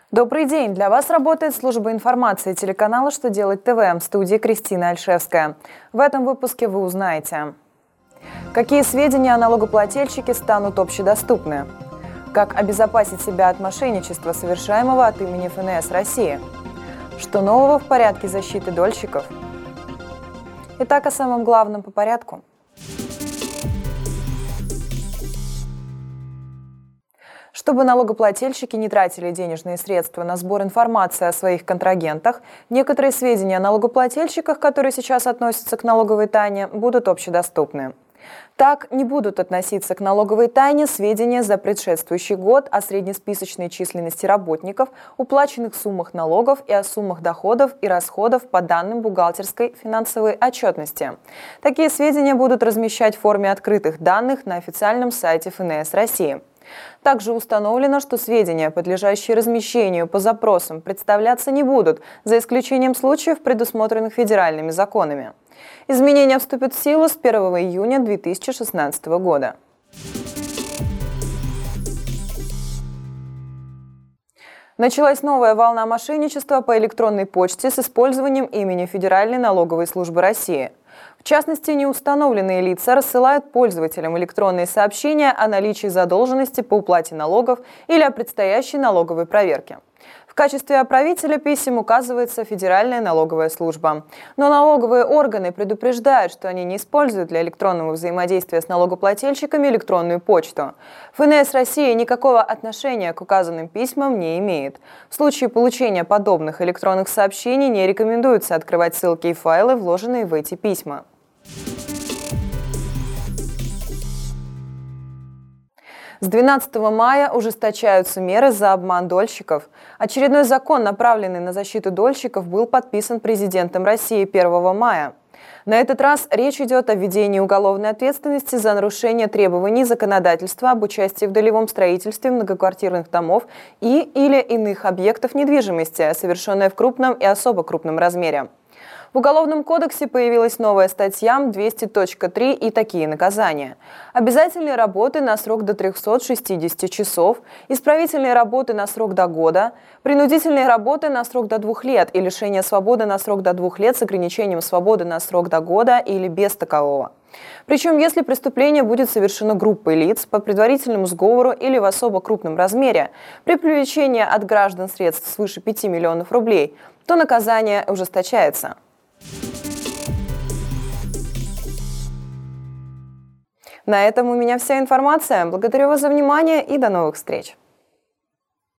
Добрый день! Для вас работает служба информации телеканала «Что делать ТВ», в студии Кристина Альшевская. В этом выпуске вы узнаете: какие сведения о налогоплательщике станут общедоступны, как обезопасить себя от мошенничества, совершаемого от имени ФНС России, что нового в порядке защиты дольщиков. Итак, о самом главном по порядку. Чтобы налогоплательщики не тратили денежные средства на сбор информации о своих контрагентах, некоторые сведения о налогоплательщиках, которые сейчас относятся к налоговой тайне, будут общедоступны. Так, не будут относиться к налоговой тайне сведения за предшествующий год о среднесписочной численности работников, уплаченных суммах налогов и о суммах доходов и расходов по данным бухгалтерской финансовой отчетности. Такие сведения будут размещать в форме открытых данных на официальном сайте ФНС России. Также установлено, что сведения, подлежащие размещению по запросам, представляться не будут, за исключением случаев, предусмотренных федеральными законами. Изменения вступят в силу с 1 июня 2016 года. Началась новая волна мошенничества по электронной почте с использованием имени Федеральной налоговой службы России. В частности, неустановленные лица рассылают пользователям электронные сообщения о наличии задолженности по уплате налогов или о предстоящей налоговой проверке. В качестве отправителя писем указывается Федеральная налоговая служба. Но налоговые органы предупреждают, что они не используют для электронного взаимодействия с налогоплательщиками электронную почту. ФНС России никакого отношения к указанным письмам не имеет. В случае получения подобных электронных сообщений не рекомендуется открывать ссылки и файлы, вложенные в эти письма. С 12 мая ужесточаются меры за обман дольщиков. Очередной закон, направленный на защиту дольщиков, был подписан президентом России 1 мая. На этот раз речь идет о введении уголовной ответственности за нарушение требований законодательства об участии в долевом строительстве многоквартирных домов или иных объектов недвижимости, совершенное в крупном и особо крупном размере. В Уголовном кодексе появилась новая статья 200.3 и такие наказания: обязательные работы на срок до 360 часов, исправительные работы на срок до года, принудительные работы на срок до 2 лет и лишение свободы на срок до 2 лет с ограничением свободы на срок до года или без такового. Причем, если преступление будет совершено группой лиц по предварительному сговору или в особо крупном размере, при привлечении от граждан средств свыше 5 миллионов рублей, то наказание ужесточается. На этом у меня вся информация. Благодарю вас за внимание и до новых встреч!